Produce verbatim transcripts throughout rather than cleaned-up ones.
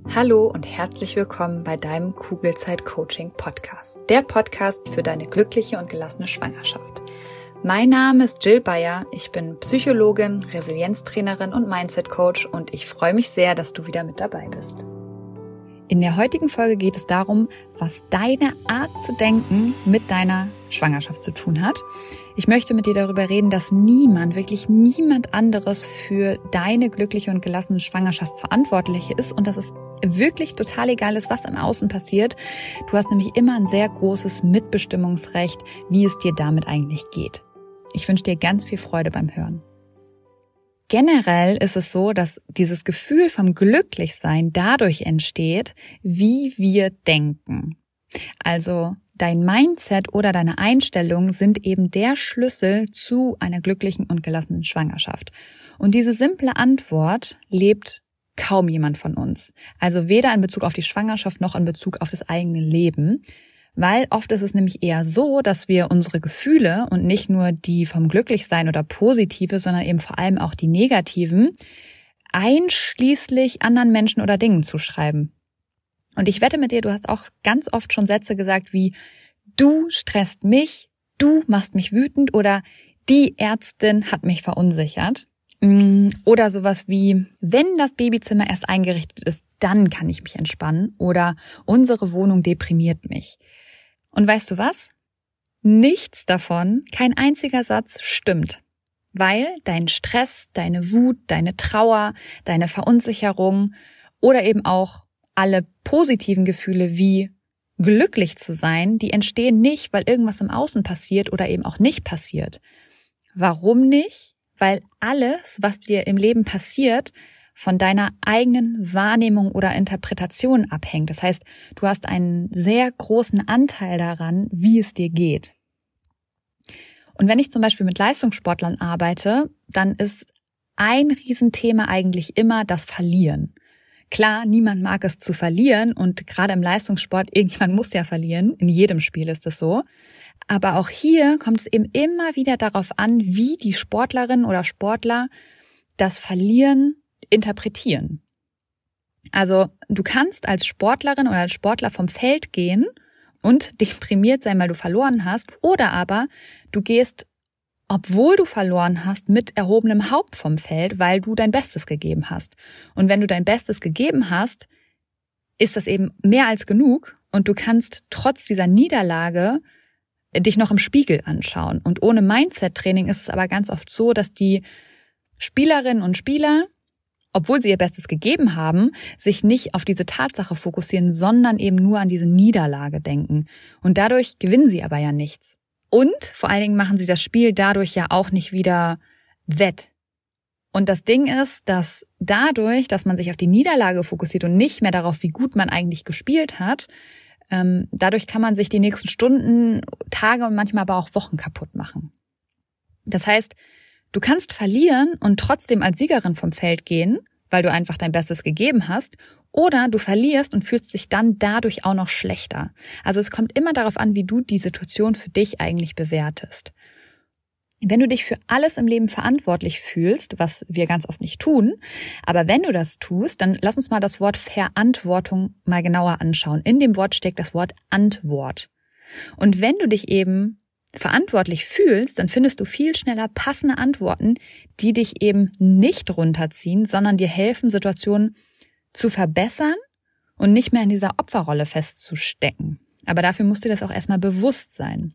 Hallo und herzlich willkommen bei deinem Kugelzeit-Coaching-Podcast. Der Podcast für deine glückliche und gelassene Schwangerschaft. Mein Name ist Jill Bayer, ich bin Psychologin, Resilienztrainerin und Mindset-Coach und ich freue mich sehr, dass du wieder mit dabei bist. In der heutigen Folge geht es darum, was deine Art zu denken mit deiner Schwangerschaft zu tun hat. Ich möchte mit dir darüber reden, dass niemand, wirklich niemand anderes für deine glückliche und gelassene Schwangerschaft verantwortlich ist und dass es wirklich total egal ist, was im Außen passiert. Du hast nämlich immer ein sehr großes Mitbestimmungsrecht, wie es dir damit eigentlich geht. Ich wünsche dir ganz viel Freude beim Hören. Generell ist es so, dass dieses Gefühl vom Glücklichsein dadurch entsteht, wie wir denken. Also dein Mindset oder deine Einstellung sind eben der Schlüssel zu einer glücklichen und gelassenen Schwangerschaft. Und diese simple Antwort lebt kaum jemand von uns. Also weder in Bezug auf die Schwangerschaft noch in Bezug auf das eigene Leben. Weil oft ist es nämlich eher so, dass wir unsere Gefühle und nicht nur die vom Glücklichsein oder positive, sondern eben vor allem auch die negativen, einschließlich anderen Menschen oder Dingen zuschreiben. Und ich wette mit dir, du hast auch ganz oft schon Sätze gesagt wie du stresst mich, du machst mich wütend oder die Ärztin hat mich verunsichert. Oder sowas wie, wenn das Babyzimmer erst eingerichtet ist, dann kann ich mich entspannen. Oder unsere Wohnung deprimiert mich. Und weißt du was? Nichts davon, kein einziger Satz stimmt. Weil dein Stress, deine Wut, deine Trauer, deine Verunsicherung oder eben auch alle positiven Gefühle wie glücklich zu sein, die entstehen nicht, weil irgendwas im Außen passiert oder eben auch nicht passiert. Warum nicht? Weil alles, was dir im Leben passiert, von deiner eigenen Wahrnehmung oder Interpretation abhängt. Das heißt, du hast einen sehr großen Anteil daran, wie es dir geht. Und wenn ich zum Beispiel mit Leistungssportlern arbeite, dann ist ein Riesenthema eigentlich immer das Verlieren. Klar, niemand mag es zu verlieren und gerade im Leistungssport, irgendjemand muss ja verlieren. In jedem Spiel ist es so. Aber auch hier kommt es eben immer wieder darauf an, wie die Sportlerin oder Sportler das Verlieren interpretieren. Also du kannst als Sportlerin oder als Sportler vom Feld gehen und deprimiert sein, weil du verloren hast, oder aber du gehst, obwohl du verloren hast, mit erhobenem Haupt vom Feld, weil du dein Bestes gegeben hast. Und wenn du dein Bestes gegeben hast, ist das eben mehr als genug und du kannst trotz dieser Niederlage dich noch im Spiegel anschauen. Und ohne Mindset-Training ist es aber ganz oft so, dass die Spielerinnen und Spieler, obwohl sie ihr Bestes gegeben haben, sich nicht auf diese Tatsache fokussieren, sondern eben nur an diese Niederlage denken. Und dadurch gewinnen sie aber ja nichts. Und vor allen Dingen machen sie das Spiel dadurch ja auch nicht wieder wett. Und das Ding ist, dass dadurch, dass man sich auf die Niederlage fokussiert und nicht mehr darauf, wie gut man eigentlich gespielt hat, ähm, dadurch kann man sich die nächsten Stunden, Tage und manchmal aber auch Wochen kaputt machen. Das heißt, du kannst verlieren und trotzdem als Siegerin vom Feld gehen, weil du einfach dein Bestes gegeben hast, oder du verlierst und fühlst dich dann dadurch auch noch schlechter. Also es kommt immer darauf an, wie du die Situation für dich eigentlich bewertest. Wenn du dich für alles im Leben verantwortlich fühlst, was wir ganz oft nicht tun, aber wenn du das tust, dann lass uns mal das Wort Verantwortung mal genauer anschauen. In dem Wort steckt das Wort Antwort. Und wenn du dich eben verantwortlich fühlst, dann findest du viel schneller passende Antworten, die dich eben nicht runterziehen, sondern dir helfen, Situationen zu verbessern und nicht mehr in dieser Opferrolle festzustecken. Aber dafür musst dir das auch erstmal bewusst sein.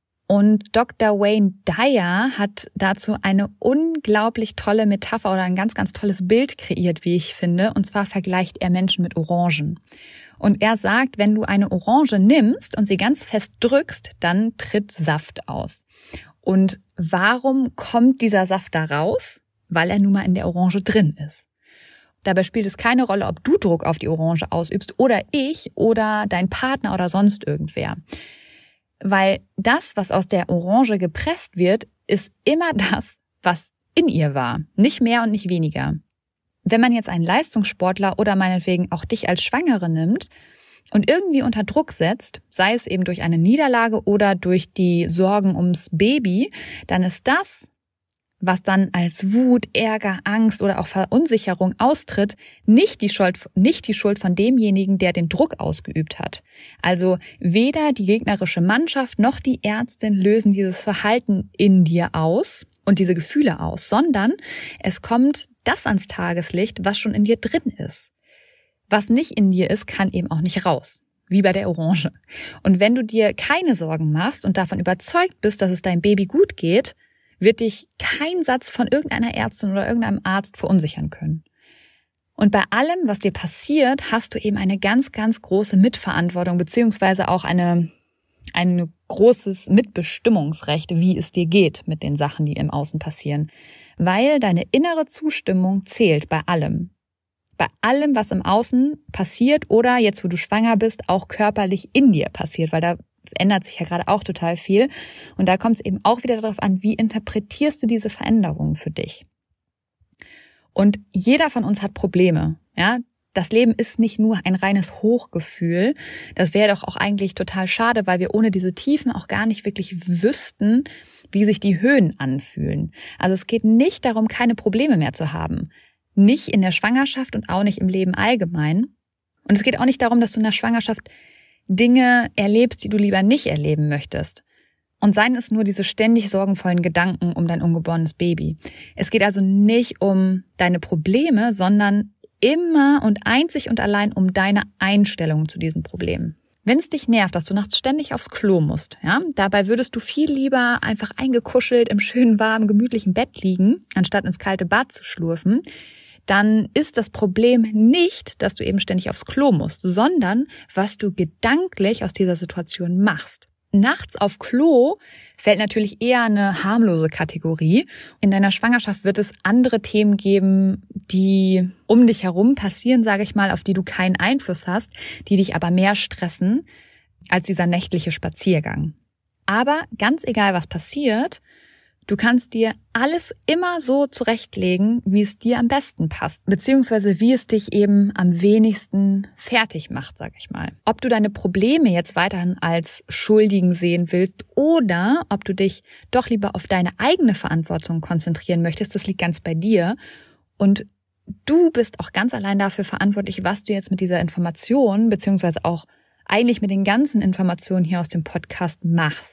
Und Doktor Wayne Dyer hat dazu eine unglaublich tolle Metapher oder ein ganz, ganz tolles Bild kreiert, wie ich finde. Und zwar vergleicht er Menschen mit Orangen. Und er sagt, wenn du eine Orange nimmst und sie ganz fest drückst, dann tritt Saft aus. Und warum kommt dieser Saft da raus? Weil er nun mal in der Orange drin ist. Dabei spielt es keine Rolle, ob du Druck auf die Orange ausübst oder ich oder dein Partner oder sonst irgendwer. Weil das, was aus der Orange gepresst wird, ist immer das, was in ihr war. Nicht mehr und nicht weniger. Wenn man jetzt einen Leistungssportler oder meinetwegen auch dich als Schwangere nimmt und irgendwie unter Druck setzt, sei es eben durch eine Niederlage oder durch die Sorgen ums Baby, dann ist das, was dann als Wut, Ärger, Angst oder auch Verunsicherung austritt, nicht die Schuld, nicht die Schuld von demjenigen, der den Druck ausgeübt hat. Also weder die gegnerische Mannschaft noch die Ärztin lösen dieses Verhalten in dir aus und diese Gefühle aus, sondern es kommt das ans Tageslicht, was schon in dir drin ist. Was nicht in dir ist, kann eben auch nicht raus. Wie bei der Orange. Und wenn du dir keine Sorgen machst und davon überzeugt bist, dass es deinem Baby gut geht, wird dich kein Satz von irgendeiner Ärztin oder irgendeinem Arzt verunsichern können. Und bei allem, was dir passiert, hast du eben eine ganz, ganz große Mitverantwortung beziehungsweise auch eine, ein großes Mitbestimmungsrecht, wie es dir geht mit den Sachen, die im Außen passieren. Weil deine innere Zustimmung zählt bei allem. Bei allem, was im Außen passiert oder jetzt, wo du schwanger bist, auch körperlich in dir passiert, weil da ändert sich ja gerade auch total viel. Und da kommt es eben auch wieder darauf an, wie interpretierst du diese Veränderungen für dich? Und jeder von uns hat Probleme, ja. Das Leben ist nicht nur ein reines Hochgefühl. Das wäre doch auch eigentlich total schade, weil wir ohne diese Tiefen auch gar nicht wirklich wüssten, wie sich die Höhen anfühlen. Also es geht nicht darum, keine Probleme mehr zu haben. Nicht in der Schwangerschaft und auch nicht im Leben allgemein. Und es geht auch nicht darum, dass du in der Schwangerschaft Dinge erlebst, die du lieber nicht erleben möchtest. Und seien es nur diese ständig sorgenvollen Gedanken um dein ungeborenes Baby. Es geht also nicht um deine Probleme, sondern immer und einzig und allein um deine Einstellung zu diesen Problemen. Wenn es dich nervt, dass du nachts ständig aufs Klo musst, ja, dabei würdest du viel lieber einfach eingekuschelt im schönen, warmen, gemütlichen Bett liegen, anstatt ins kalte Bad zu schlurfen, dann ist das Problem nicht, dass du eben ständig aufs Klo musst, sondern was du gedanklich aus dieser Situation machst. Nachts auf Klo fällt natürlich eher eine harmlose Kategorie. In deiner Schwangerschaft wird es andere Themen geben, die um dich herum passieren, sage ich mal, auf die du keinen Einfluss hast, die dich aber mehr stressen als dieser nächtliche Spaziergang. Aber ganz egal, was passiert, du kannst dir alles immer so zurechtlegen, wie es dir am besten passt, beziehungsweise wie es dich eben am wenigsten fertig macht, sag ich mal. Ob du deine Probleme jetzt weiterhin als Schuldigen sehen willst oder ob du dich doch lieber auf deine eigene Verantwortung konzentrieren möchtest, das liegt ganz bei dir. Und du bist auch ganz allein dafür verantwortlich, was du jetzt mit dieser Information, beziehungsweise auch eigentlich mit den ganzen Informationen hier aus dem Podcast machst.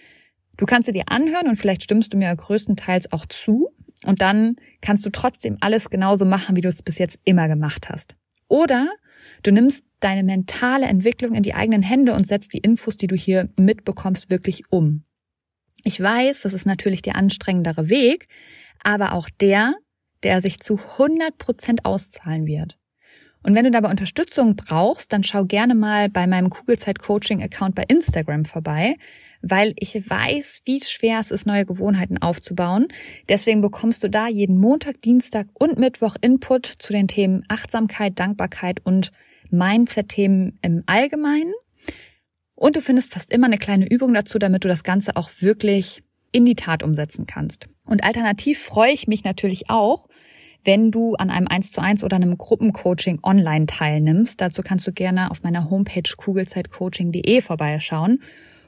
Du kannst sie dir anhören und vielleicht stimmst du mir größtenteils auch zu und dann kannst du trotzdem alles genauso machen, wie du es bis jetzt immer gemacht hast. Oder du nimmst deine mentale Entwicklung in die eigenen Hände und setzt die Infos, die du hier mitbekommst, wirklich um. Ich weiß, das ist natürlich der anstrengendere Weg, aber auch der, der sich zu hundert Prozent auszahlen wird. Und wenn du dabei Unterstützung brauchst, dann schau gerne mal bei meinem Kugelzeit-Coaching-Account bei Instagram vorbei, weil ich weiß, wie schwer es ist, neue Gewohnheiten aufzubauen. Deswegen bekommst du da jeden Montag, Dienstag und Mittwoch Input zu den Themen Achtsamkeit, Dankbarkeit und Mindset-Themen im Allgemeinen. Und du findest fast immer eine kleine Übung dazu, damit du das Ganze auch wirklich in die Tat umsetzen kannst. Und alternativ freue ich mich natürlich auch, wenn du an einem eins zu eins oder einem Gruppencoaching online teilnimmst. Dazu kannst du gerne auf meiner Homepage kugelzeitcoaching punkt de vorbeischauen.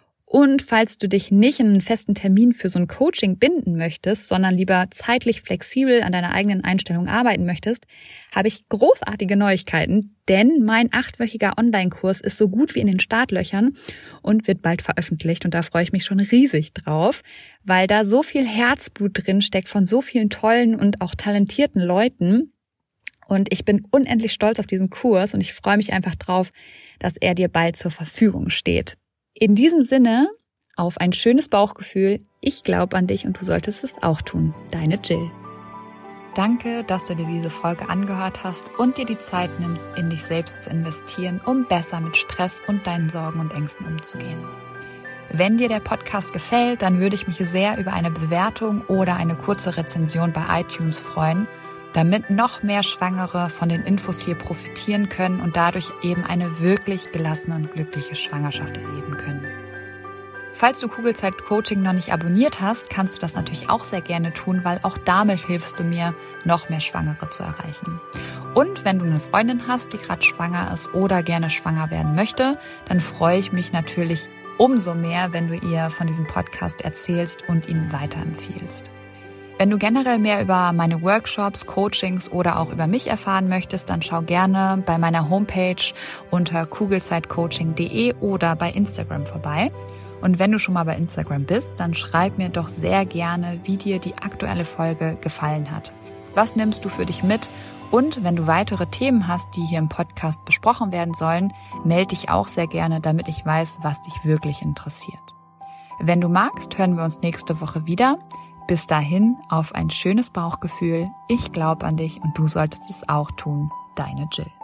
Und falls du dich nicht in einen festen Termin für so ein Coaching binden möchtest, sondern lieber zeitlich flexibel an deiner eigenen Einstellung arbeiten möchtest, habe ich großartige Neuigkeiten, denn mein achtwöchiger Online-Kurs ist so gut wie in den Startlöchern und wird bald veröffentlicht und da freue ich mich schon riesig drauf, weil da so viel Herzblut drin steckt von so vielen tollen und auch talentierten Leuten und ich bin unendlich stolz auf diesen Kurs und ich freue mich einfach drauf, dass er dir bald zur Verfügung steht. In diesem Sinne, auf ein schönes Bauchgefühl. Ich glaube an dich und du solltest es auch tun. Deine Jill. Danke, dass du dir diese Folge angehört hast und dir die Zeit nimmst, in dich selbst zu investieren, um besser mit Stress und deinen Sorgen und Ängsten umzugehen. Wenn dir der Podcast gefällt, dann würde ich mich sehr über eine Bewertung oder eine kurze Rezension bei iTunes freuen, damit noch mehr Schwangere von den Infos hier profitieren können und dadurch eben eine wirklich gelassene und glückliche Schwangerschaft erleben können. Falls du Kugelzeit Coaching noch nicht abonniert hast, kannst du das natürlich auch sehr gerne tun, weil auch damit hilfst du mir, noch mehr Schwangere zu erreichen. Und wenn du eine Freundin hast, die gerade schwanger ist oder gerne schwanger werden möchte, dann freue ich mich natürlich umso mehr, wenn du ihr von diesem Podcast erzählst und ihn weiterempfiehlst. Wenn du generell mehr über meine Workshops, Coachings oder auch über mich erfahren möchtest, dann schau gerne bei meiner Homepage unter kugelzeitcoaching punkt de oder bei Instagram vorbei. Und wenn du schon mal bei Instagram bist, dann schreib mir doch sehr gerne, wie dir die aktuelle Folge gefallen hat. Was nimmst du für dich mit? Und wenn du weitere Themen hast, die hier im Podcast besprochen werden sollen, melde dich auch sehr gerne, damit ich weiß, was dich wirklich interessiert. Wenn du magst, hören wir uns nächste Woche wieder. Bis dahin auf ein schönes Bauchgefühl. Ich glaube an dich und du solltest es auch tun. Deine Jill.